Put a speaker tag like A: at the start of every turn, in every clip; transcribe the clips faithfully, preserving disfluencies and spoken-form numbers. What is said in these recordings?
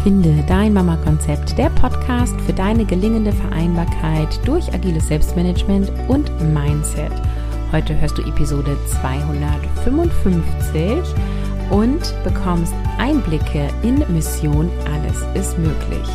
A: Finde dein Mama-Konzept, der Podcast für deine gelingende Vereinbarkeit durch agiles Selbstmanagement und Mindset. Heute hörst du Episode zweihundertfünfundfünfzig und bekommst Einblicke in Mission Alles ist möglich.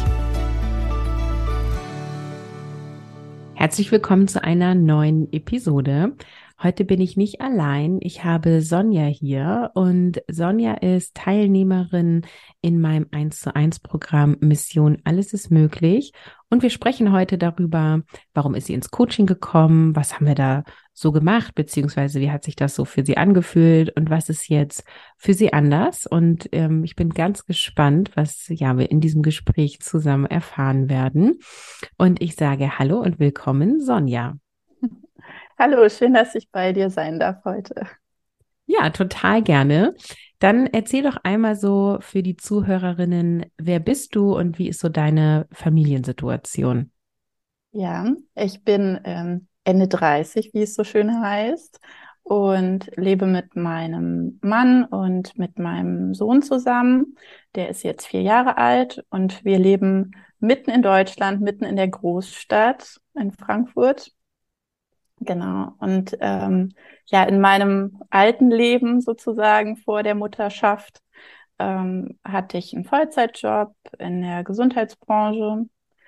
A: Herzlich willkommen zu einer neuen Episode. Heute bin ich nicht allein. Ich habe Sonja hier und Sonja ist Teilnehmerin in meinem eins zu eins Programm Mission Alles ist möglich. Und wir sprechen heute darüber, warum ist sie ins Coaching gekommen, was haben wir da so gemacht, beziehungsweise wie hat sich das so für sie angefühlt und was ist jetzt für sie anders. Und ähm, ich bin ganz gespannt, was ja wir in diesem Gespräch zusammen erfahren werden. Und ich sage Hallo und willkommen, Sonja.
B: Hallo, schön, dass ich bei dir sein darf heute.
A: Ja, total gerne. Dann erzähl doch einmal so für die Zuhörerinnen, wer bist du und wie ist so deine Familiensituation?
B: Ja, ich bin ähm, Ende dreißig, wie es so schön heißt, und lebe mit meinem Mann und mit meinem Sohn zusammen. Der ist jetzt vier Jahre alt und wir leben mitten in Deutschland, mitten in der Großstadt in Frankfurt. Genau. Und ähm, ja, in meinem alten Leben sozusagen vor der Mutterschaft ähm, hatte ich einen Vollzeitjob in der Gesundheitsbranche.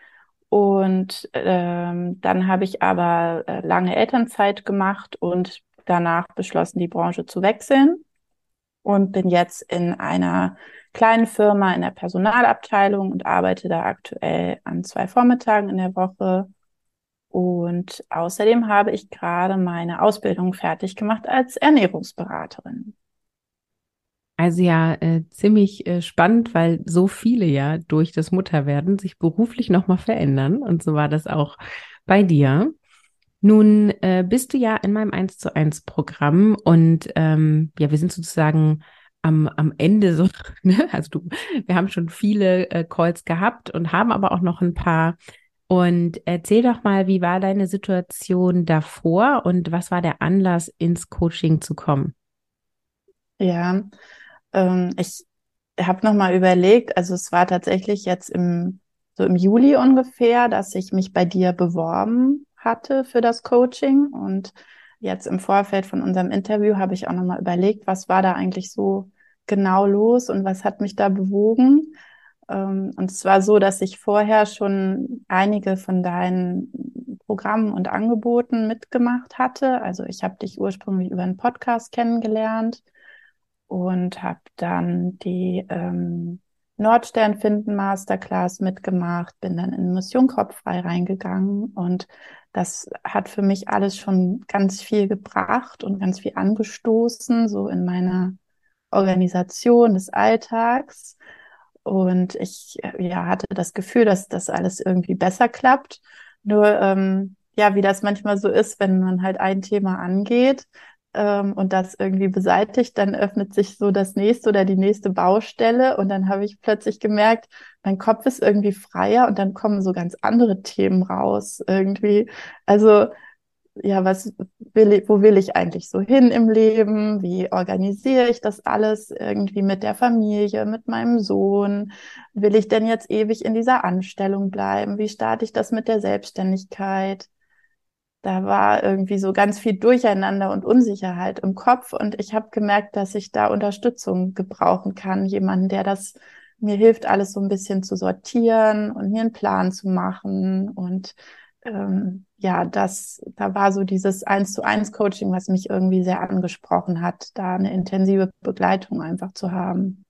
B: Und ähm, dann habe ich aber äh, lange Elternzeit gemacht und danach beschlossen, die Branche zu wechseln. Und bin jetzt in einer kleinen Firma in der Personalabteilung und arbeite da aktuell an zwei Vormittagen in der Woche. Und außerdem habe ich gerade meine Ausbildung fertig gemacht als Ernährungsberaterin.
A: Also ja, äh, ziemlich äh, spannend, weil so viele ja durch das Mutterwerden sich beruflich nochmal verändern. Und so war das auch bei dir. Nun äh, bist du ja in meinem eins zu eins Programm und ähm, ja, wir sind sozusagen am, am Ende so, ne? Also du, wir haben schon viele äh, Calls gehabt und haben aber auch noch ein paar. Und erzähl doch mal, wie war deine Situation davor und was war der Anlass, ins Coaching zu kommen?
B: Ja, ähm, ich habe nochmal überlegt, also es war tatsächlich jetzt im, so im Juli ungefähr, dass ich mich bei dir beworben hatte für das Coaching. Und jetzt im Vorfeld von unserem Interview habe ich auch nochmal überlegt, was war da eigentlich so genau los und was hat mich da bewogen. Und es war so, dass ich vorher schon einige von deinen Programmen und Angeboten mitgemacht hatte. Also ich habe dich ursprünglich über einen Podcast kennengelernt und habe dann die ähm, Nordstern finden Masterclass mitgemacht, bin dann in Mission Kopffrei reingegangen und das hat für mich alles schon ganz viel gebracht und ganz viel angestoßen, so in meiner Organisation des Alltags. Und ich ja, hatte das Gefühl, dass das alles irgendwie besser klappt. Nur, ähm, ja, wie das manchmal so ist, wenn man halt ein Thema angeht ähm, und das irgendwie beseitigt, dann öffnet sich so das nächste oder die nächste Baustelle. Und dann habe ich plötzlich gemerkt, mein Kopf ist irgendwie freier und dann kommen so ganz andere Themen raus irgendwie. Also ja, was will ich, wo will ich eigentlich so hin im Leben? Wie organisiere ich das alles irgendwie mit der Familie, mit meinem Sohn? Will ich denn jetzt ewig in dieser Anstellung bleiben? Wie starte ich das mit der Selbstständigkeit? Da war irgendwie so ganz viel Durcheinander und Unsicherheit im Kopf und ich habe gemerkt, dass ich da Unterstützung gebrauchen kann. Jemanden, der das mir hilft, alles so ein bisschen zu sortieren und mir einen Plan zu machen und ähm, ja, das, da war so dieses eins zu eins Coaching, was mich irgendwie sehr angesprochen hat, da eine intensive Begleitung einfach zu haben.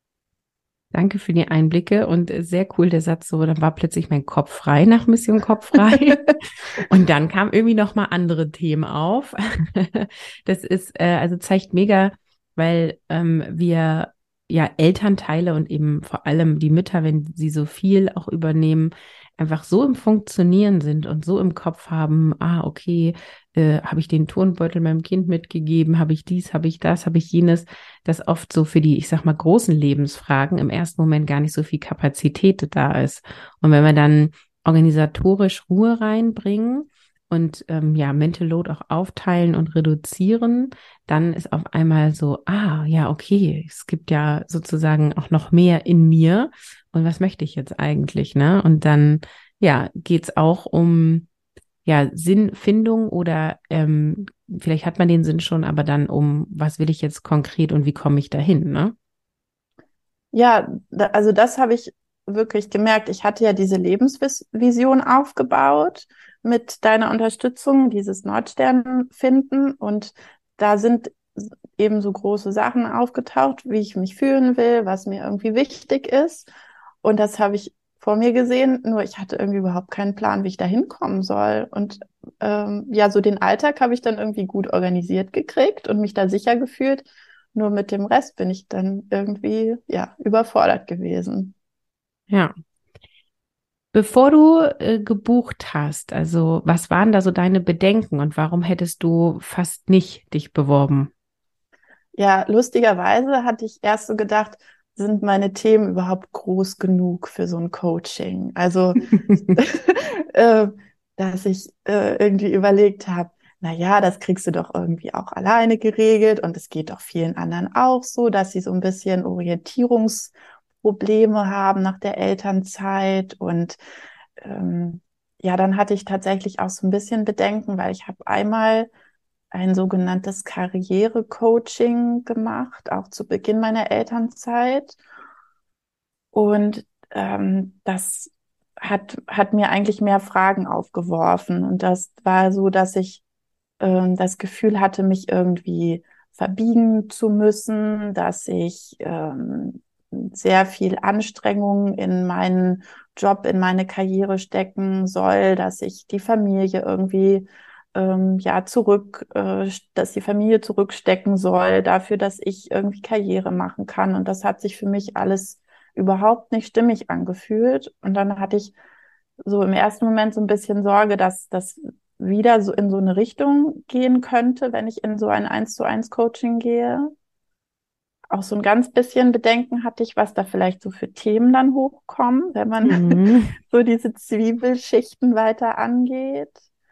A: Danke für die Einblicke und sehr cool der Satz so, dann war plötzlich mein Kopf frei nach Mission Kopf frei und dann kamen irgendwie nochmal andere Themen auf. Das ist, äh, also zeigt mega, weil ähm, wir ja Elternteile und eben vor allem die Mütter, wenn sie so viel auch übernehmen, einfach so im Funktionieren sind und so im Kopf haben, ah, okay, äh, habe ich den Turnbeutel meinem Kind mitgegeben, habe ich dies, habe ich das, habe ich jenes, dass oft so für die, ich sag mal, großen Lebensfragen im ersten Moment gar nicht so viel Kapazität da ist. Und wenn wir dann organisatorisch Ruhe reinbringen und ähm, ja, Mental Load auch aufteilen und reduzieren, dann ist auf einmal so, ah, ja, okay, es gibt ja sozusagen auch noch mehr in mir und was möchte ich jetzt eigentlich, ne? Und dann, ja, geht's auch um, ja, Sinnfindung oder ähm, vielleicht hat man den Sinn schon, aber dann um, was will ich jetzt konkret und wie komme ich dahin, ne?
B: Ja, da, also das habe ich wirklich gemerkt. Ich hatte ja diese Lebensvision aufgebaut mit deiner Unterstützung, dieses Nordstern finden. Und da sind eben so große Sachen aufgetaucht, wie ich mich fühlen will, was mir irgendwie wichtig ist. Und das habe ich vor mir gesehen, nur ich hatte irgendwie überhaupt keinen Plan, wie ich da hinkommen soll. Und ähm, ja, so den Alltag habe ich dann irgendwie gut organisiert gekriegt und mich da sicher gefühlt. Nur mit dem Rest bin ich dann irgendwie, ja, überfordert gewesen.
A: Ja. Bevor du äh, gebucht hast, also was waren da so deine Bedenken und warum hättest du fast nicht dich beworben?
B: Ja, lustigerweise hatte ich erst so gedacht, sind meine Themen überhaupt groß genug für so ein Coaching? Also, äh, dass ich äh, irgendwie überlegt habe, na ja, das kriegst du doch irgendwie auch alleine geregelt und es geht doch vielen anderen auch so, dass sie so ein bisschen Orientierungsprobleme haben nach der Elternzeit und ähm, ja, dann hatte ich tatsächlich auch so ein bisschen Bedenken, weil ich habe einmal ein sogenanntes Karriere-Coaching gemacht, auch zu Beginn meiner Elternzeit. Und ähm, das hat, hat mir eigentlich mehr Fragen aufgeworfen. Und das war so, dass ich ähm, das Gefühl hatte, mich irgendwie verbiegen zu müssen, dass ich ähm, sehr viel Anstrengung in meinen Job, in meine Karriere stecken soll, dass ich die Familie irgendwie ähm, ja zurück, äh, dass die Familie zurückstecken soll dafür, dass ich irgendwie Karriere machen kann. Und das hat sich für mich alles überhaupt nicht stimmig angefühlt. Und dann hatte ich so im ersten Moment so ein bisschen Sorge, dass das wieder so in so eine Richtung gehen könnte, wenn ich in so ein eins zu eins Coaching gehe. Auch so ein ganz bisschen Bedenken hatte ich, was da vielleicht so für Themen dann hochkommen, wenn man
A: Mhm.
B: so diese Zwiebelschichten weiter angeht.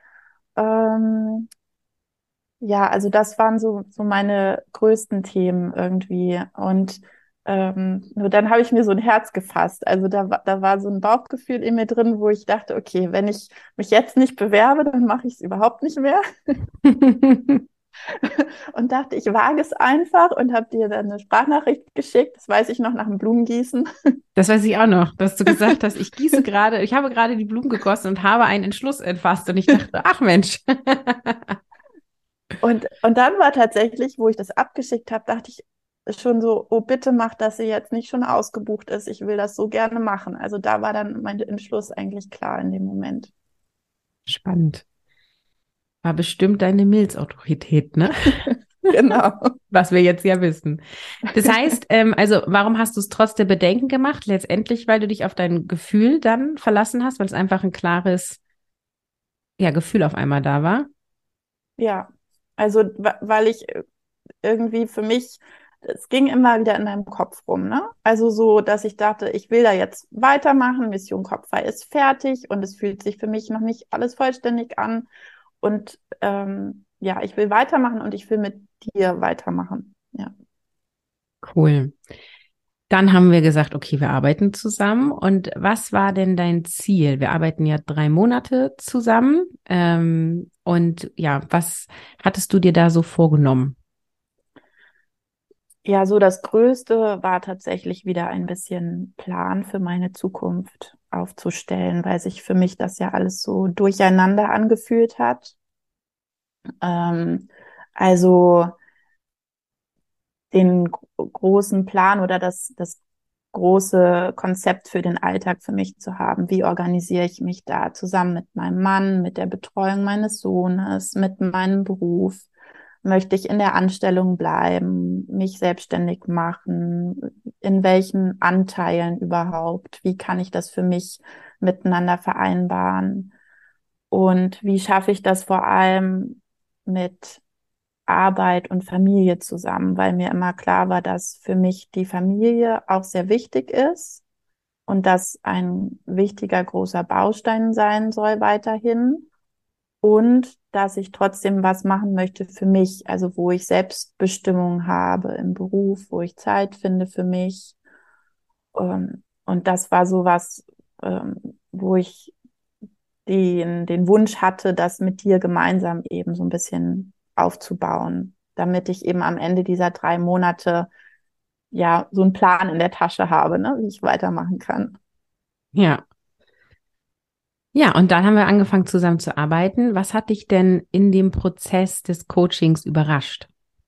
B: Ähm, ja, also das waren so, so meine größten Themen irgendwie. Und ähm, nur dann habe ich mir so ein Herz gefasst. Also da, wa- da war so ein Bauchgefühl in mir drin, wo ich dachte, okay, wenn ich mich jetzt nicht bewerbe, dann mache ich es überhaupt nicht mehr. Und dachte, ich wage es einfach und habe dir dann eine Sprachnachricht geschickt. Das weiß ich noch nach dem Blumengießen.
A: Das weiß ich auch noch, dass du gesagt hast, ich gieße gerade, ich habe gerade die Blumen gegossen und habe einen Entschluss entfasst und ich dachte, ach Mensch.
B: Und, und dann war tatsächlich, wo ich das abgeschickt habe, dachte ich schon so, oh bitte mach, dass sie jetzt nicht schon ausgebucht ist. Ich will das so gerne machen. Also da war dann mein Entschluss eigentlich klar in dem Moment.
A: Spannend. War bestimmt deine Milzautorität, ne?
B: Genau.
A: Was wir jetzt ja wissen. Das heißt, ähm, also warum hast du es trotz der Bedenken gemacht? Letztendlich, weil du dich auf dein Gefühl dann verlassen hast, weil es einfach ein klares, ja, Gefühl auf einmal da war.
B: Ja. Also, wa- weil ich irgendwie für mich, es ging immer wieder in meinem Kopf rum, ne? Also so, dass ich dachte, ich will da jetzt weitermachen, Mission Kopfball ist fertig und es fühlt sich für mich noch nicht alles vollständig an. Und ähm, ja, ich will weitermachen und ich will mit dir weitermachen. Ja.
A: Cool. Dann haben wir gesagt, okay, wir arbeiten zusammen. Und was war denn dein Ziel? Wir arbeiten ja drei Monate zusammen. Ähm, und ja, was hattest du dir da so vorgenommen?
B: Ja, so das Größte war tatsächlich wieder ein bisschen Plan für meine Zukunft aufzustellen, weil sich für mich das ja alles so durcheinander angefühlt hat. Ähm, also den gro- großen Plan oder das, das große Konzept für den Alltag für mich zu haben. Wie organisiere ich mich da zusammen mit meinem Mann, mit der Betreuung meines Sohnes, mit meinem Beruf? Möchte ich in der Anstellung bleiben, mich selbstständig machen? In welchen Anteilen überhaupt? Wie kann ich das für mich miteinander vereinbaren? Und wie schaffe ich das vor allem mit Arbeit und Familie zusammen, weil mir immer klar war, dass für mich die Familie auch sehr wichtig ist und das ein wichtiger großer Baustein sein soll weiterhin. und dass ich trotzdem was machen möchte für mich, also wo ich Selbstbestimmung habe im Beruf, wo ich Zeit finde für mich. Ähm, und das war so was, ähm, wo ich den, den Wunsch hatte, das mit dir gemeinsam eben so ein bisschen aufzubauen, damit ich eben am Ende dieser drei Monate ja so einen Plan in der Tasche habe, ne, wie ich weitermachen kann.
A: Ja. Ja, und dann haben wir angefangen zusammen zu arbeiten. Was hat dich denn in dem Prozess des Coachings überrascht?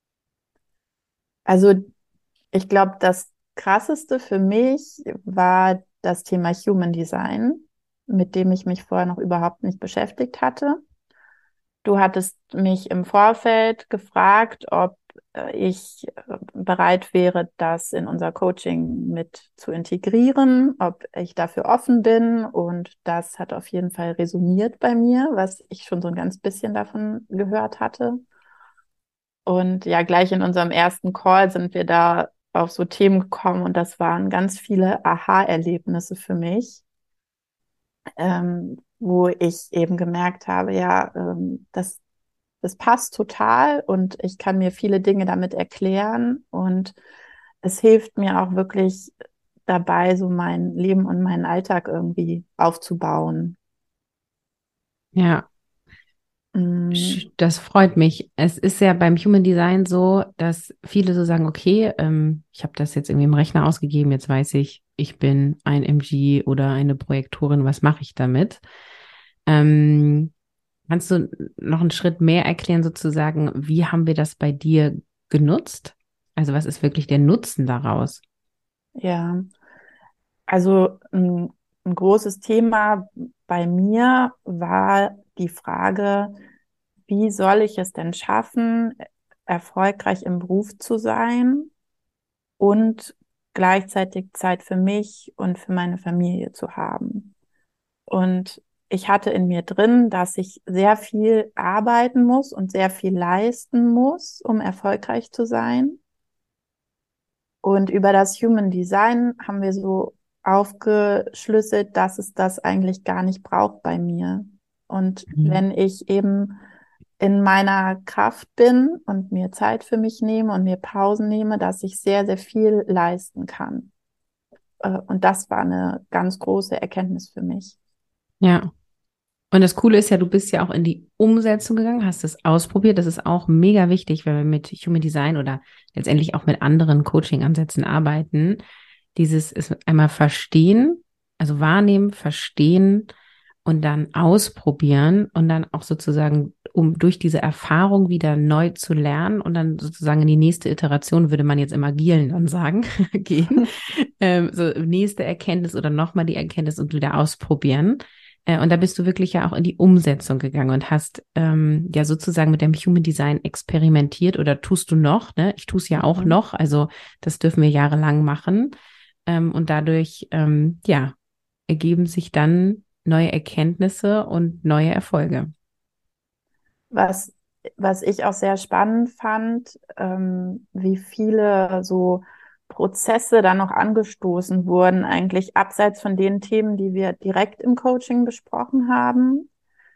B: Also ich glaube, das Krasseste für mich war das Thema Human Design, mit dem ich mich vorher noch überhaupt nicht beschäftigt hatte. Du hattest mich im Vorfeld gefragt, ob äh, ich äh, bereit wäre, das in unser Coaching mit zu integrieren, ob ich dafür offen bin. Und das hat auf jeden Fall resoniert bei mir, was ich schon so ein ganz bisschen davon gehört hatte. Und ja, gleich in unserem ersten Call sind wir da auf so Themen gekommen und das waren ganz viele Aha-Erlebnisse für mich, ähm, wo ich eben gemerkt habe, ja, ähm, das, das passt total und ich kann mir viele Dinge damit erklären und es hilft mir auch wirklich dabei, so mein Leben und meinen Alltag irgendwie aufzubauen.
A: Ja,
B: Mm,
A: sch- das freut mich. Es ist ja beim Human Design so, dass viele so sagen, okay, ähm, ich habe das jetzt irgendwie im Rechner ausgegeben, jetzt weiß ich, ich bin ein M G oder eine Projektorin, was mache ich damit? Ähm, Kannst du noch einen Schritt mehr erklären, sozusagen, wie haben wir das bei dir genutzt? Also was ist wirklich der Nutzen daraus?
B: ja. Also ein, ein großes Thema bei mir war die Frage, wie soll ich es denn schaffen, erfolgreich im Beruf zu sein und gleichzeitig Zeit für mich und für meine Familie zu haben. Und ich hatte in mir drin, dass ich sehr viel arbeiten muss und sehr viel leisten muss, um erfolgreich zu sein. Und über das Human Design haben wir so aufgeschlüsselt, dass es das eigentlich gar nicht braucht bei mir. Und
A: Mhm.
B: wenn ich eben in meiner Kraft bin und mir Zeit für mich nehme und mir Pausen nehme, dass ich sehr, sehr viel leisten kann. Äh, Und das war eine ganz große Erkenntnis für mich.
A: Ja. Und das Coole ist ja, du bist ja auch in die Umsetzung gegangen, hast es ausprobiert. Das ist auch mega wichtig, wenn wir mit Human Design oder letztendlich auch mit anderen Coaching-Ansätzen arbeiten. Dieses ist einmal verstehen, also wahrnehmen, verstehen und dann ausprobieren und dann auch sozusagen, um durch diese Erfahrung wieder neu zu lernen und dann sozusagen in die nächste Iteration, würde man jetzt im Agilen dann sagen, gehen. Ähm, so nächste Erkenntnis oder nochmal die Erkenntnis und wieder ausprobieren. Äh, Und da bist du wirklich ja auch in die Umsetzung gegangen und hast ähm, ja sozusagen mit dem Human Design experimentiert oder tust du noch, ne? Ich tue es ja auch
B: Mhm.
A: noch, also das dürfen wir jahrelang machen. Ähm, und dadurch, ähm, ja, ergeben sich dann neue Erkenntnisse und neue Erfolge.
B: Was, was ich auch sehr spannend fand, ähm, wie viele so Prozesse da noch angestoßen wurden, eigentlich abseits von den Themen, die wir direkt im Coaching besprochen haben.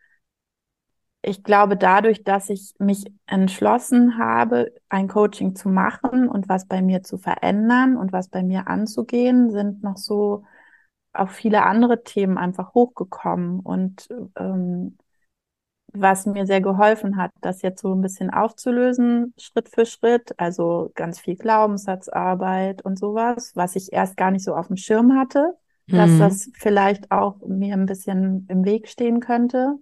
B: Ich glaube, dadurch, dass ich mich entschlossen habe, ein Coaching zu machen und was bei mir zu verändern und was bei mir anzugehen, sind noch so auch viele andere Themen einfach hochgekommen. Und ähm, was mir sehr geholfen hat, das jetzt so ein bisschen aufzulösen, Schritt für Schritt, also ganz viel Glaubenssatzarbeit und sowas, was ich erst gar nicht so auf dem Schirm hatte, dass
A: Mhm.
B: das vielleicht auch mir ein bisschen im Weg stehen könnte.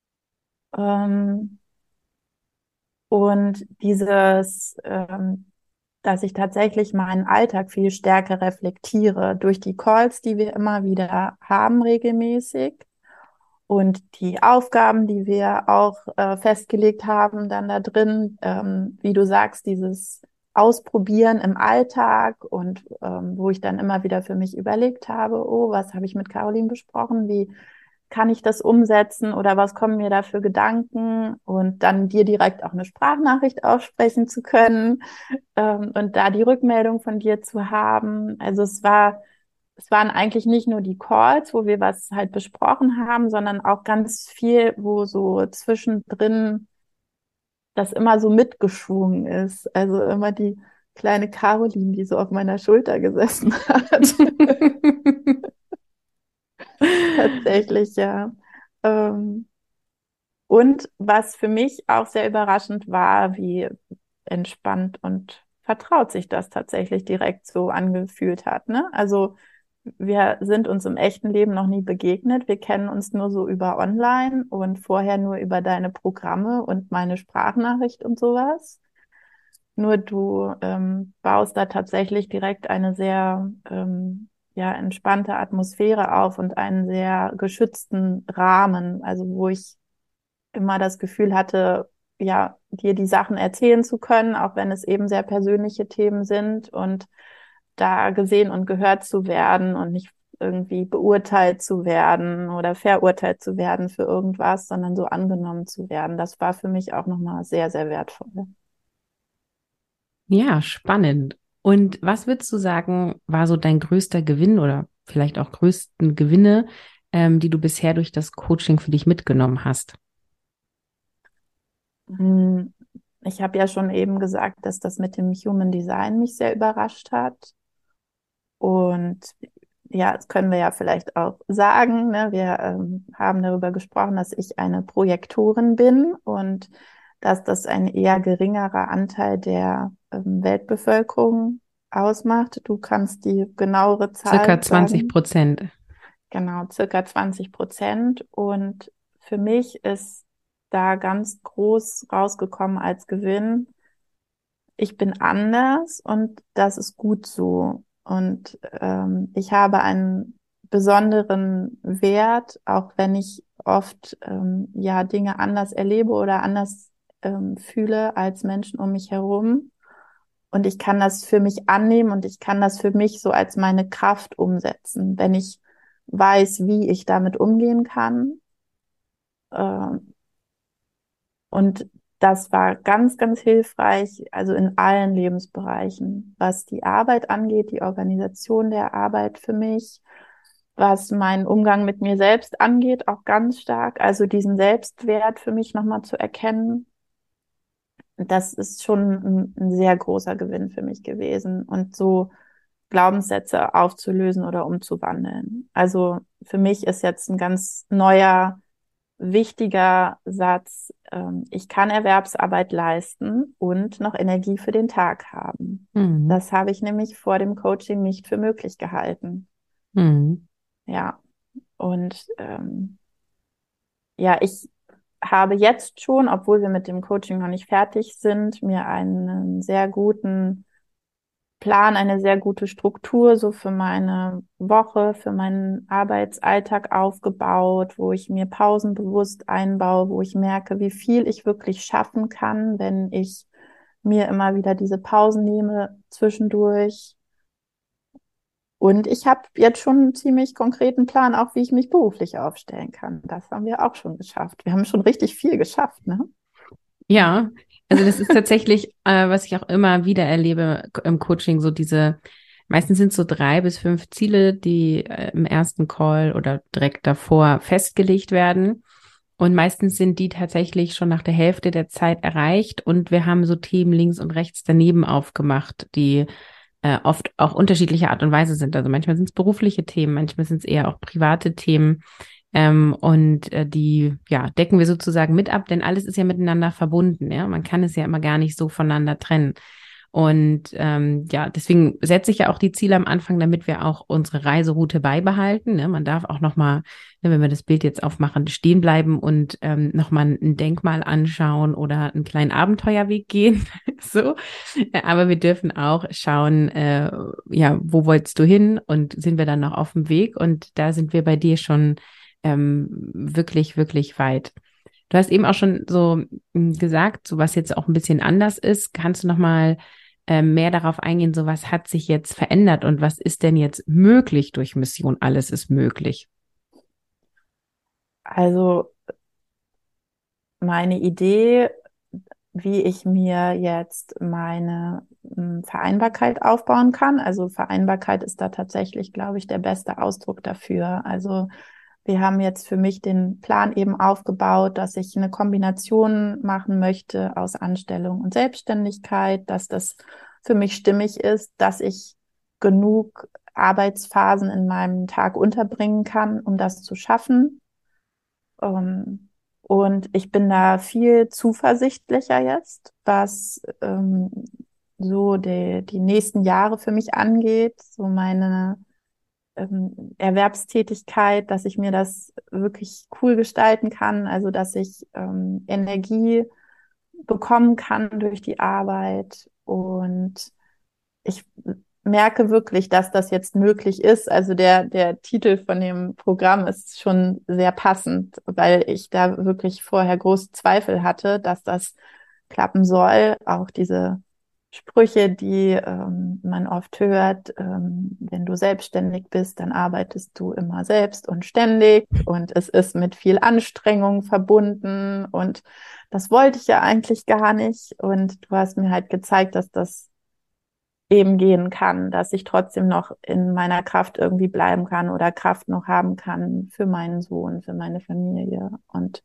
B: Ähm, und dieses, ähm, dass ich tatsächlich meinen Alltag viel stärker reflektiere durch die Calls, die wir immer wieder haben regelmäßig und die Aufgaben, die wir auch äh, festgelegt haben, dann da drin, ähm, wie du sagst, dieses Ausprobieren im Alltag und ähm, wo ich dann immer wieder für mich überlegt habe, oh, was habe ich mit Caroline besprochen, wie kann ich das umsetzen oder was kommen mir da für Gedanken und dann dir direkt auch eine Sprachnachricht aussprechen zu können ähm, und da die Rückmeldung von dir zu haben. Also es war es waren eigentlich nicht nur die Calls, wo wir was halt besprochen haben, sondern auch ganz viel, wo so zwischendrin das immer so mitgeschwungen ist. Also immer die kleine Caroline, die so auf meiner Schulter gesessen hat. Tatsächlich, ja. Ähm, und was für mich auch sehr überraschend war, wie entspannt und vertraut sich das tatsächlich direkt so angefühlt hat, ne? Also wir sind uns im echten Leben noch nie begegnet. Wir kennen uns nur so über online und vorher nur über deine Programme und meine Sprachnachricht und sowas. Nur du ähm, baust da tatsächlich direkt eine sehr ähm, ja, entspannte Atmosphäre auf und einen sehr geschützten Rahmen, also wo ich immer das Gefühl hatte, ja, dir die Sachen erzählen zu können, auch wenn es eben sehr persönliche Themen sind und da gesehen und gehört zu werden und nicht irgendwie beurteilt zu werden oder verurteilt zu werden für irgendwas, sondern so angenommen zu werden. Das war für mich auch nochmal sehr, sehr wertvoll.
A: Ja, spannend. Und was würdest du sagen, war so dein größter Gewinn oder vielleicht auch größten Gewinne, ähm, die du bisher durch das Coaching für dich mitgenommen hast?
B: Hm, Ich habe ja schon eben gesagt, dass das mit dem Human Design mich sehr überrascht hat. Und ja, das können wir ja vielleicht auch sagen. Ne? Wir ähm, haben darüber gesprochen, dass ich eine Projektorin bin und dass das ein eher geringerer Anteil der ähm, Weltbevölkerung ausmacht. Du kannst die genauere
A: Circa
B: Zahl
A: zwanzig
B: sagen.
A: Prozent.
B: Genau, circa zwanzig Prozent. Und für mich ist da ganz groß rausgekommen als Gewinn: Ich bin anders und das ist gut so. Und ähm, ich habe einen besonderen Wert, auch wenn ich oft ähm, ja Dinge anders erlebe oder anders ähm, fühle als Menschen um mich herum. Und ich kann das für mich annehmen und ich kann das für mich so als meine Kraft umsetzen, wenn ich weiß, wie ich damit umgehen kann. Ähm, und das war ganz, ganz hilfreich, also in allen Lebensbereichen, was die Arbeit angeht, die Organisation der Arbeit für mich, was meinen Umgang mit mir selbst angeht, auch ganz stark. Also diesen Selbstwert für mich nochmal zu erkennen, das ist schon ein, ein sehr großer Gewinn für mich gewesen. Und so Glaubenssätze aufzulösen oder umzuwandeln. Also für mich ist jetzt ein ganz neuer wichtiger Satz: ähm, Ich kann Erwerbsarbeit leisten und noch Energie für den Tag haben.
A: Mhm.
B: Das habe ich nämlich vor dem Coaching nicht für möglich gehalten.
A: Mhm.
B: Ja, und ähm, ja, ich habe jetzt schon, obwohl wir mit dem Coaching noch nicht fertig sind, mir einen sehr guten Plan, eine sehr gute Struktur so für meine Woche, für meinen Arbeitsalltag aufgebaut, wo ich mir Pausen bewusst einbaue, wo ich merke, wie viel ich wirklich schaffen kann, wenn ich mir immer wieder diese Pausen nehme zwischendurch. Und ich habe jetzt schon einen ziemlich konkreten Plan, auch wie ich mich beruflich aufstellen kann. Das haben wir auch schon geschafft. Wir haben schon richtig viel geschafft, ne?
A: Ja, also das ist tatsächlich, äh, was ich auch immer wieder erlebe im Coaching, so diese, meistens sind es so drei bis fünf Ziele, die äh, im ersten Call oder direkt davor festgelegt werden. Und meistens sind die tatsächlich schon nach der Hälfte der Zeit erreicht und wir haben so Themen links und rechts daneben aufgemacht, die äh, oft auch unterschiedlicher Art und Weise sind. Also manchmal sind es berufliche Themen, manchmal sind es eher auch private Themen. Ähm, und äh, die, ja, decken wir sozusagen mit ab, denn alles ist ja miteinander verbunden, ja. Man kann es ja immer gar nicht so voneinander trennen. Und ähm, ja, deswegen setze ich ja auch die Ziele am Anfang, damit wir auch unsere Reiseroute beibehalten. Ne? Man darf auch nochmal, ne, wenn wir das Bild jetzt aufmachen, stehen bleiben und ähm, nochmal ein Denkmal anschauen oder einen kleinen Abenteuerweg gehen. So. Aber wir dürfen auch schauen, äh, ja, wo wolltest du hin und sind wir dann noch auf dem Weg? Und da sind wir bei dir schon ähm, wirklich, wirklich weit. Du hast eben auch schon so m, gesagt, so was jetzt auch ein bisschen anders ist. Kannst du noch mal ähm, mehr darauf eingehen, so was hat sich jetzt verändert und was ist denn jetzt möglich durch Mission? Alles ist möglich.
B: Also meine Idee, wie ich mir jetzt meine m, Vereinbarkeit aufbauen kann. Also Vereinbarkeit ist da tatsächlich, glaube ich, der beste Ausdruck dafür. Also wir haben jetzt für mich den Plan eben aufgebaut, dass ich eine Kombination machen möchte aus Anstellung und Selbstständigkeit, dass das für mich stimmig ist, dass ich genug Arbeitsphasen in meinem Tag unterbringen kann, um das zu schaffen. Um, und ich bin da viel zuversichtlicher jetzt, was ähm, so die, die nächsten Jahre für mich angeht, so meine ähm, Erwerbstätigkeit, dass ich mir das wirklich cool gestalten kann, also dass ich ähm, Energie bekommen kann durch die Arbeit. Und ich merke wirklich, dass das jetzt möglich ist. Also der, der Titel von dem Programm ist schon sehr passend, weil ich da wirklich vorher große Zweifel hatte, dass das klappen soll. Auch diese Sprüche, die ähm, man oft hört, ähm, wenn du selbstständig bist, dann arbeitest du immer selbst und ständig und es ist mit viel Anstrengung verbunden und das wollte ich ja eigentlich gar nicht und du hast mir halt gezeigt, dass das eben gehen kann, dass ich trotzdem noch in meiner Kraft irgendwie bleiben kann oder Kraft noch haben kann für meinen Sohn, für meine Familie und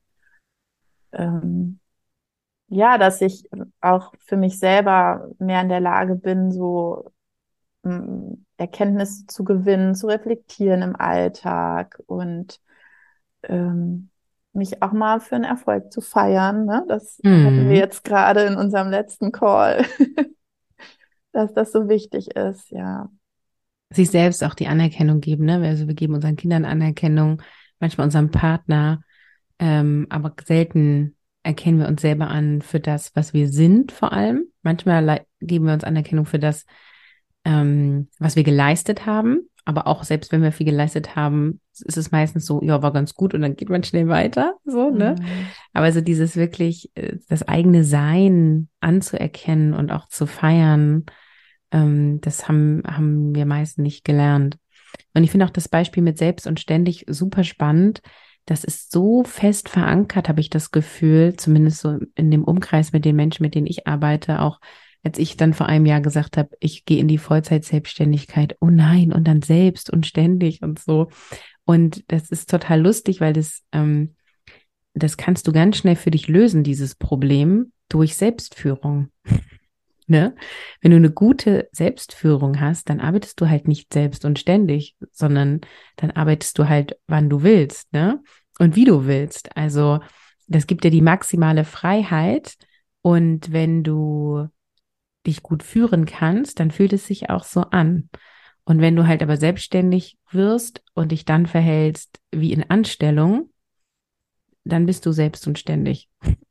B: ähm, ja, dass ich auch für mich selber mehr in der Lage bin, so m, Erkenntnisse zu gewinnen, zu reflektieren im Alltag und ähm, mich auch mal für einen Erfolg zu feiern. Ne? Das hatten wir
A: Mhm.
B: jetzt gerade in unserem letzten Call, dass das so wichtig ist, ja.
A: Sich selbst auch die Anerkennung geben, ne? Also wir geben unseren Kindern Anerkennung, manchmal unserem Partner, ähm, aber selten erkennen wir uns selber an für das, was wir sind, vor allem. Manchmal le- geben wir uns Anerkennung für das, ähm, was wir geleistet haben. Aber auch selbst wenn wir viel geleistet haben, ist es meistens so, ja, war ganz gut und dann geht man schnell weiter, so, ne?
B: Mhm.
A: Aber so dieses wirklich, äh, das eigene Sein anzuerkennen und auch zu feiern, ähm, das haben, haben wir meist nicht gelernt. Und ich finde auch das Beispiel mit selbst und ständig super spannend. Das ist so fest verankert, habe ich das Gefühl, zumindest so in dem Umkreis mit den Menschen, mit denen ich arbeite, auch als ich dann vor einem Jahr gesagt habe, ich gehe in die Vollzeit-Selbstständigkeit, oh nein, und dann selbst und ständig und so. Und das ist total lustig, weil das, ähm, das kannst du ganz schnell für dich lösen, dieses Problem, durch Selbstführung. Ne? Wenn du eine gute Selbstführung hast, dann arbeitest du halt nicht selbst und ständig, sondern dann arbeitest du halt, wann du willst, ne? Und wie du willst. Also, das gibt dir die maximale Freiheit. Und wenn du dich gut führen kannst, dann fühlt es sich auch so an. Und wenn du halt aber selbstständig wirst und dich dann verhältst wie in Anstellung, dann bist du selbst und ständig.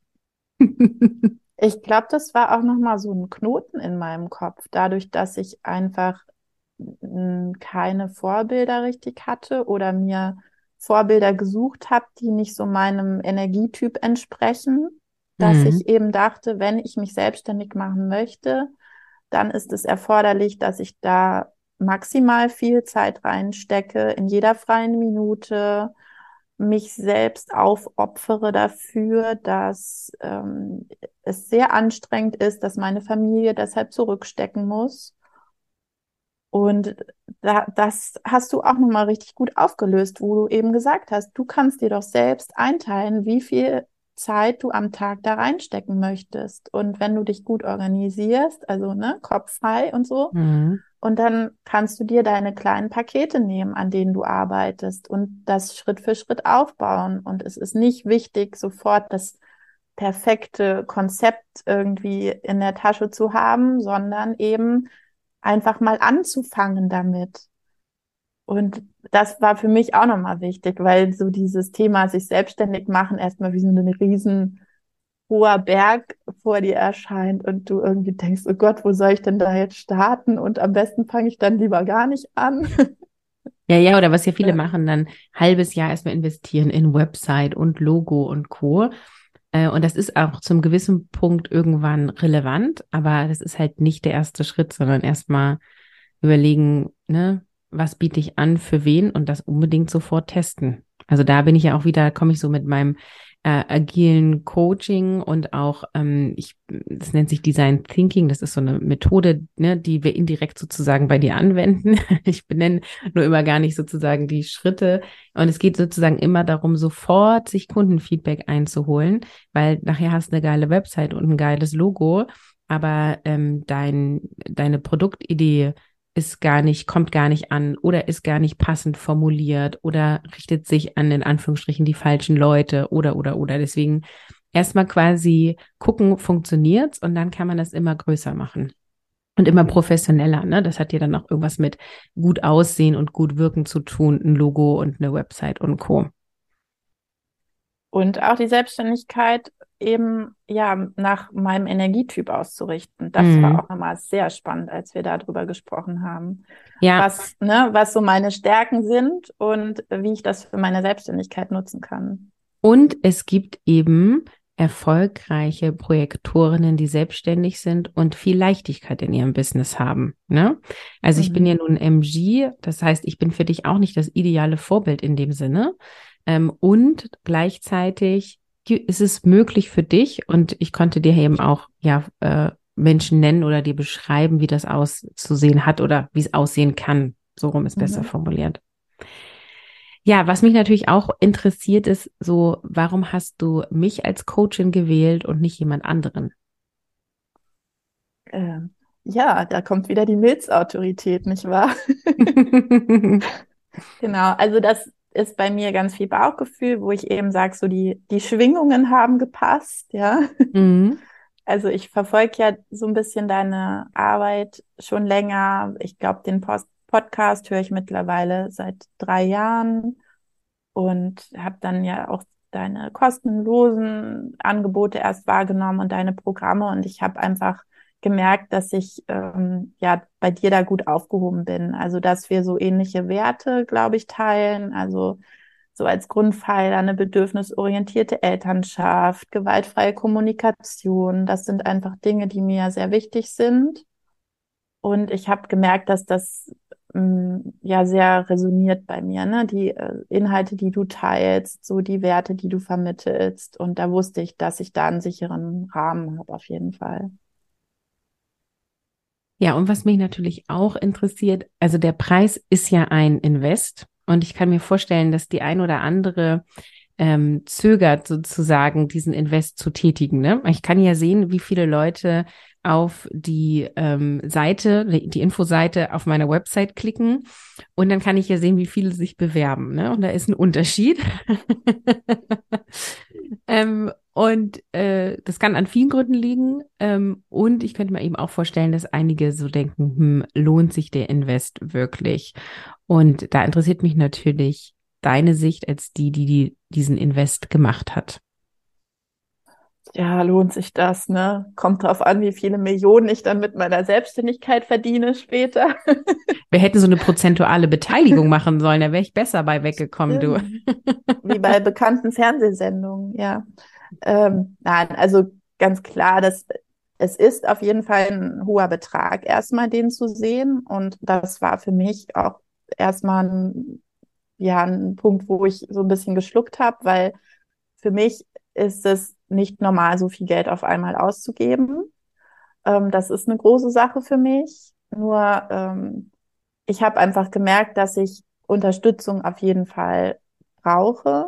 B: Ich glaube, das war auch nochmal so ein Knoten in meinem Kopf, dadurch, dass ich einfach m, keine Vorbilder richtig hatte oder mir Vorbilder gesucht habe, die nicht so meinem Energietyp entsprechen, dass
A: Mhm.
B: ich eben dachte, wenn ich mich selbstständig machen möchte, dann ist es erforderlich, dass ich da maximal viel Zeit reinstecke, in jeder freien Minute mich selbst aufopfere dafür, dass ähm, es sehr anstrengend ist, dass meine Familie deshalb zurückstecken muss. Und da, das hast du auch nochmal richtig gut aufgelöst, wo du eben gesagt hast, du kannst dir doch selbst einteilen, wie viel Zeit du am Tag da reinstecken möchtest. Und wenn du dich gut organisierst, also ne, Kopf frei und so,
A: Mhm.
B: und dann kannst du dir deine kleinen Pakete nehmen, an denen du arbeitest und das Schritt für Schritt aufbauen. Und es ist nicht wichtig, sofort das perfekte Konzept irgendwie in der Tasche zu haben, sondern eben einfach mal anzufangen damit. Und das war für mich auch nochmal wichtig, weil so dieses Thema sich selbstständig machen erstmal wie so ein riesen hoher Berg vor dir erscheint und du irgendwie denkst, oh Gott, wo soll ich denn da jetzt starten? Und am besten fange ich dann lieber gar nicht an.
A: Ja, ja, oder was ja viele
B: Ja.
A: machen, dann halbes Jahr erstmal investieren in Website und Logo und Co. Äh, Und das ist auch zum gewissen Punkt irgendwann relevant, aber das ist halt nicht der erste Schritt, sondern erstmal überlegen, ne, was biete ich an für wen und das unbedingt sofort testen. Also da bin ich ja auch wieder, komme ich so mit meinem äh, agilen Coaching und auch, ähm, ich, das nennt sich Design Thinking, das ist so eine Methode, ne, die wir indirekt sozusagen bei dir anwenden. Ich benenne nur immer gar nicht sozusagen die Schritte. Und es geht sozusagen immer darum, sofort sich Kundenfeedback einzuholen, weil nachher hast du eine geile Website und ein geiles Logo, aber ähm, dein, deine Produktidee ist gar nicht, kommt gar nicht an oder ist gar nicht passend formuliert oder richtet sich an in Anführungsstrichen die falschen Leute oder oder oder. Deswegen erstmal quasi gucken, funktioniert's und dann kann man das immer größer machen und immer professioneller, ne? Das hat ja dann auch irgendwas mit gut aussehen und gut wirken zu tun, ein Logo und eine Website und Co.
B: Und auch die Selbstständigkeit eben ja nach meinem Energietyp auszurichten. Das war
A: Mhm.
B: auch nochmal sehr spannend, als wir darüber gesprochen haben,
A: Ja,
B: was, ne, was so meine Stärken sind und wie ich das für meine Selbstständigkeit nutzen kann.
A: und es gibt eben erfolgreiche Projektorinnen, die selbstständig sind und viel Leichtigkeit in ihrem Business haben. Ne? Also ich bin ja
B: Mhm.
A: nun M G, das heißt, ich bin für dich auch nicht das ideale Vorbild in dem Sinne. Ähm, und gleichzeitig ist es möglich für dich, und ich konnte dir eben auch ja äh, Menschen nennen oder dir beschreiben, wie das auszusehen hat oder wie es aussehen kann. So rum ist besser
B: Mhm.
A: formuliert. Ja, was mich natürlich auch interessiert ist, so, warum hast du mich als Coachin gewählt und nicht jemand anderen?
B: Ähm, ja, da kommt wieder die Milzautorität, nicht wahr? Genau, also das ist bei mir ganz viel Bauchgefühl, wo ich eben sage, so die, die Schwingungen haben gepasst, ja.
A: Mhm.
B: Also ich verfolge ja so ein bisschen deine Arbeit schon länger. Ich glaube, den Post Podcast höre ich mittlerweile seit drei Jahren und habe dann ja auch deine kostenlosen Angebote erst wahrgenommen und deine Programme. Und ich habe einfach gemerkt, dass ich ähm, ja bei dir da gut aufgehoben bin. Also dass wir so ähnliche Werte, glaube ich, teilen. Also so als Grundpfeiler eine bedürfnisorientierte Elternschaft, gewaltfreie Kommunikation. Das sind einfach Dinge, die mir sehr wichtig sind. Und ich habe gemerkt, dass das ähm, ja sehr resoniert bei mir, ne? Die äh, Inhalte, die du teilst, so die Werte, die du vermittelst. Und da wusste ich, dass ich da einen sicheren Rahmen habe, auf jeden Fall.
A: Ja, und was mich natürlich auch interessiert, also der Preis ist ja ein Invest und ich kann mir vorstellen, dass die ein oder andere ähm, zögert sozusagen, diesen Invest zu tätigen. Ne? Ich kann ja sehen, wie viele Leute auf die ähm, Seite, die Infoseite auf meiner Website klicken und dann kann ich ja sehen, wie viele sich bewerben. Ne? Und da ist ein Unterschied. ähm, und äh, das kann an vielen Gründen liegen. Ähm, und ich könnte mir eben auch vorstellen, dass einige so denken, hm, lohnt sich der Invest wirklich? Und da interessiert mich natürlich deine Sicht als die, die, die diesen Invest gemacht hat.
B: Ja, lohnt sich das, ne? Kommt drauf an, wie viele Millionen ich dann mit meiner Selbstständigkeit verdiene später.
A: Wir hätten so eine prozentuale Beteiligung machen sollen, da wäre ich besser bei weggekommen, du.
B: Stimmt. Wie bei bekannten Fernsehsendungen, ja. Ähm, nein, also ganz klar, dass es ist auf jeden Fall ein hoher Betrag, erstmal den zu sehen. Und das war für mich auch erstmal ein, ja, ein Punkt, wo ich so ein bisschen geschluckt habe, weil für mich ist es nicht normal, so viel Geld auf einmal auszugeben. Ähm, das ist eine große Sache für mich. Nur ähm, ich habe einfach gemerkt, dass ich Unterstützung auf jeden Fall brauche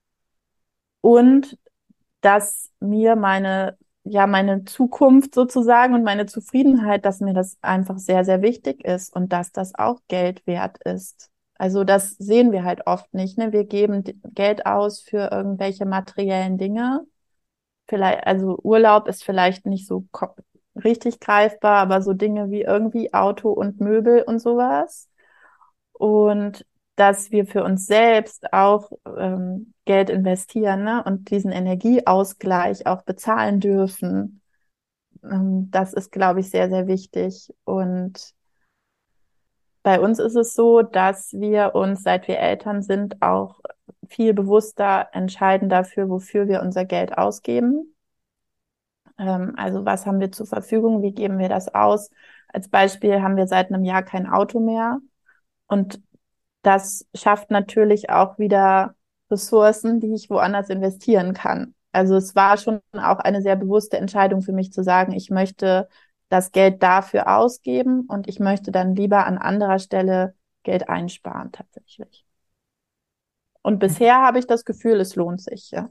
B: und dass mir meine, ja, meine Zukunft sozusagen und meine Zufriedenheit, dass mir das einfach sehr, sehr wichtig ist und dass das auch Geld wert ist. Also das sehen wir halt oft nicht, ne? Wir geben Geld aus für irgendwelche materiellen Dinge. Vielleicht, also Urlaub ist vielleicht nicht so richtig greifbar, aber so Dinge wie irgendwie Auto und Möbel und sowas. Und dass wir für uns selbst auch ähm, Geld investieren, ne? Und diesen Energieausgleich auch bezahlen dürfen. Ähm, das ist, glaube ich, sehr, sehr wichtig. Und bei uns ist es so, dass wir uns, seit wir Eltern sind, auch viel bewusster entscheiden dafür, wofür wir unser Geld ausgeben. Ähm, also was haben wir zur Verfügung, wie geben wir das aus? Als Beispiel haben wir seit einem Jahr kein Auto mehr. Und das schafft natürlich auch wieder Ressourcen, die ich woanders investieren kann. Also es war schon auch eine sehr bewusste Entscheidung für mich zu sagen, ich möchte das Geld dafür ausgeben und ich möchte dann lieber an anderer Stelle Geld einsparen tatsächlich. Und bisher habe ich das Gefühl, es lohnt sich, ja.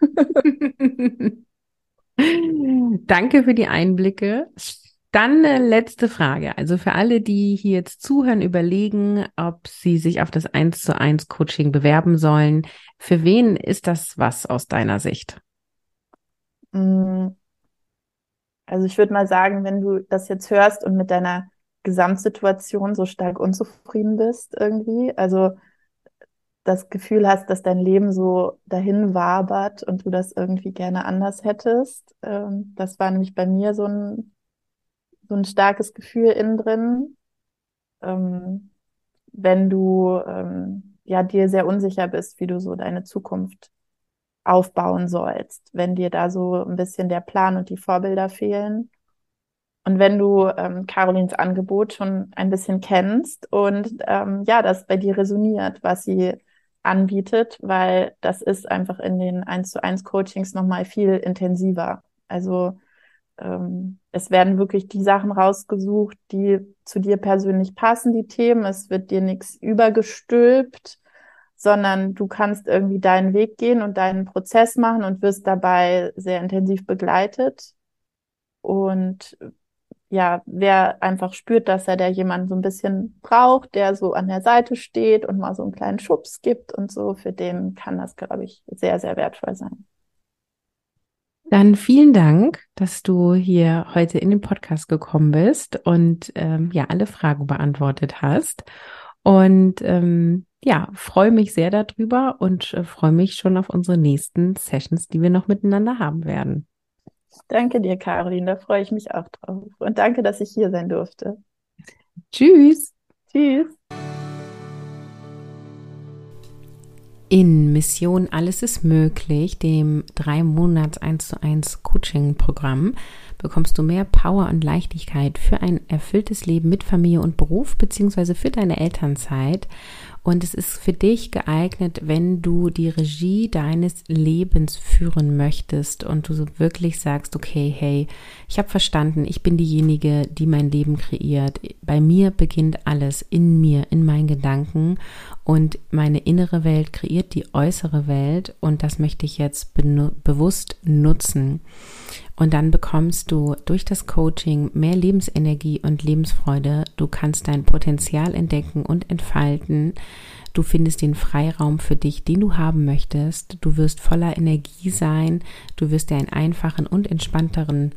A: Danke für die Einblicke. Dann eine letzte Frage. Also für alle, die hier jetzt zuhören, überlegen, ob sie sich auf das eins zu eins Coaching bewerben sollen. Für wen ist das was aus deiner Sicht?
B: Also ich würde mal sagen, wenn du das jetzt hörst und mit deiner Gesamtsituation so stark unzufrieden bist irgendwie, also das Gefühl hast, dass dein Leben so dahin wabert und du das irgendwie gerne anders hättest. Ähm, das war nämlich bei mir so ein, so ein starkes Gefühl innen drin. Ähm, wenn du ähm, ja dir sehr unsicher bist, wie du so deine Zukunft aufbauen sollst, wenn dir da so ein bisschen der Plan und die Vorbilder fehlen. Und wenn du ähm, Carolins Angebot schon ein bisschen kennst und ähm, ja, das bei dir resoniert, was sie anbietet, weil das ist einfach in den eins zu eins Coachings nochmal viel intensiver. Also ähm, es werden wirklich die Sachen rausgesucht, die zu dir persönlich passen, die Themen. Es wird dir nichts übergestülpt, sondern du kannst irgendwie deinen Weg gehen und deinen Prozess machen und wirst dabei sehr intensiv begleitet. Und ja, wer einfach spürt, dass er da jemanden so ein bisschen braucht, der so an der Seite steht und mal so einen kleinen Schubs gibt und so, für den kann das, glaube ich, sehr, sehr wertvoll sein.
A: Dann vielen Dank, dass du hier heute in den Podcast gekommen bist und ähm, ja, alle Fragen beantwortet hast. Und ähm, ja, freue mich sehr darüber und äh, freue mich schon auf unsere nächsten Sessions, die wir noch miteinander haben werden.
B: Danke dir, Caroline, da freue ich mich auch drauf. Und danke, dass ich hier sein durfte.
A: Tschüss.
B: Tschüss.
A: In Mission Alles ist möglich, dem drei Monats eins zu eins Coaching-Programm, bekommst du mehr Power und Leichtigkeit für ein erfülltes Leben mit Familie und Beruf beziehungsweise für deine Elternzeit. Und es ist für dich geeignet, wenn du die Regie deines Lebens führen möchtest und du so wirklich sagst, okay, hey, ich habe verstanden, ich bin diejenige, die mein Leben kreiert. Bei mir beginnt alles, in mir, in meinen Gedanken, und meine innere Welt kreiert die äußere Welt, und das möchte ich jetzt be- bewusst nutzen. Und dann bekommst du durch das Coaching mehr Lebensenergie und Lebensfreude. Du kannst dein Potenzial entdecken und entfalten. Du findest den Freiraum für dich, den du haben möchtest. Du wirst voller Energie sein. Du wirst dir einen einfachen und entspannteren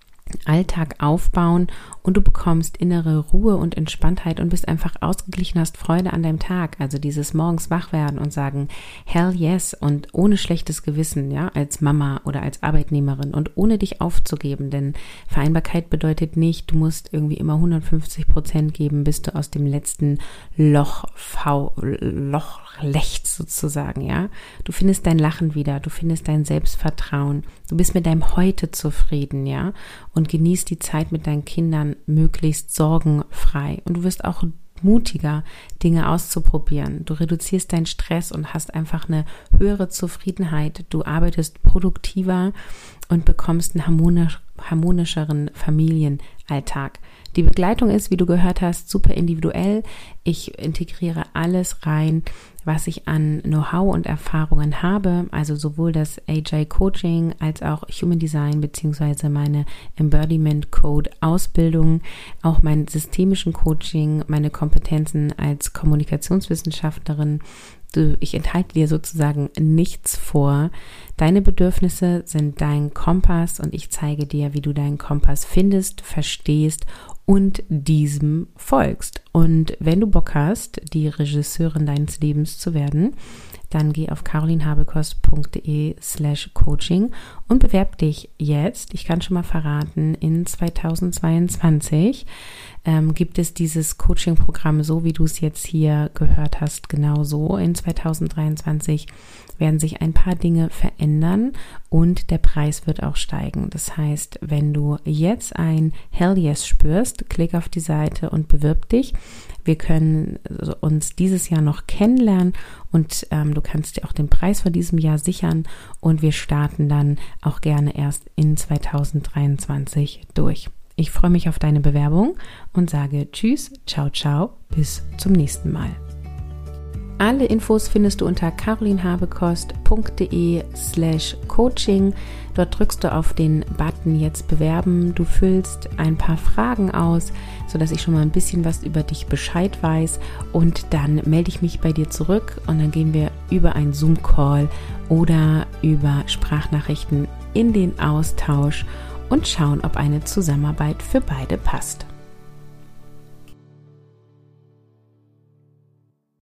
A: Alltag aufbauen und du bekommst innere Ruhe und Entspanntheit und bist einfach ausgeglichen, hast Freude an deinem Tag. Also dieses morgens wach werden und sagen, hell yes, und ohne schlechtes Gewissen, ja, als Mama oder als Arbeitnehmerin und ohne dich aufzugeben, denn Vereinbarkeit bedeutet nicht, du musst irgendwie immer hundertfünfzig Prozent geben, bis du aus dem letzten Loch, V, Loch lechzt sozusagen, ja. Du findest dein Lachen wieder, du findest dein Selbstvertrauen, du bist mit deinem Heute zufrieden, ja, und genießt die Zeit mit deinen Kindern möglichst sorgenfrei. Und du wirst auch mutiger, Dinge auszuprobieren. Du reduzierst deinen Stress und hast einfach eine höhere Zufriedenheit. Du arbeitest produktiver und bekommst einen harmonisch, harmonischeren Familienalltag. Die Begleitung ist, wie du gehört hast, super individuell. Ich integriere alles rein, was ich an Know-how und Erfahrungen habe, also sowohl das A J Coaching als auch Human Design beziehungsweise meine Embodiment Code Ausbildung, auch mein systemischen Coaching, meine Kompetenzen als Kommunikationswissenschaftlerin. Du, ich enthalte dir sozusagen nichts vor. Deine Bedürfnisse sind dein Kompass und ich zeige dir, wie du deinen Kompass findest, verstehst und diesem folgst. Und wenn du Bock hast, die Regisseurin deines Lebens zu werden, dann geh auf carolinhabekost.de slash coaching und bewerb dich jetzt. Ich kann schon mal verraten, in zweitausendzweiundzwanzig ähm, gibt es dieses Coaching-Programm, so wie du es jetzt hier gehört hast, genau so. In zweitausenddreiundzwanzig werden sich ein paar Dinge verändern und der Preis wird auch steigen. Das heißt, wenn du jetzt ein Hell Yes spürst, klick auf die Seite und bewirb dich. Wir können uns dieses Jahr noch kennenlernen und ähm, du kannst dir auch den Preis von diesem Jahr sichern und wir starten dann auch gerne erst in zweitausenddreiundzwanzig durch. Ich freue mich auf deine Bewerbung und sage Tschüss, ciao, ciao, bis zum nächsten Mal. Alle Infos findest du unter carolinhabekost.de slash coaching. Dort drückst du auf den Button jetzt bewerben. Du füllst ein paar Fragen aus, sodass ich schon mal ein bisschen was über dich Bescheid weiß. Und dann melde ich mich bei dir zurück und dann gehen wir über einen Zoom-Call oder über Sprachnachrichten in den Austausch und schauen, ob eine Zusammenarbeit für beide passt.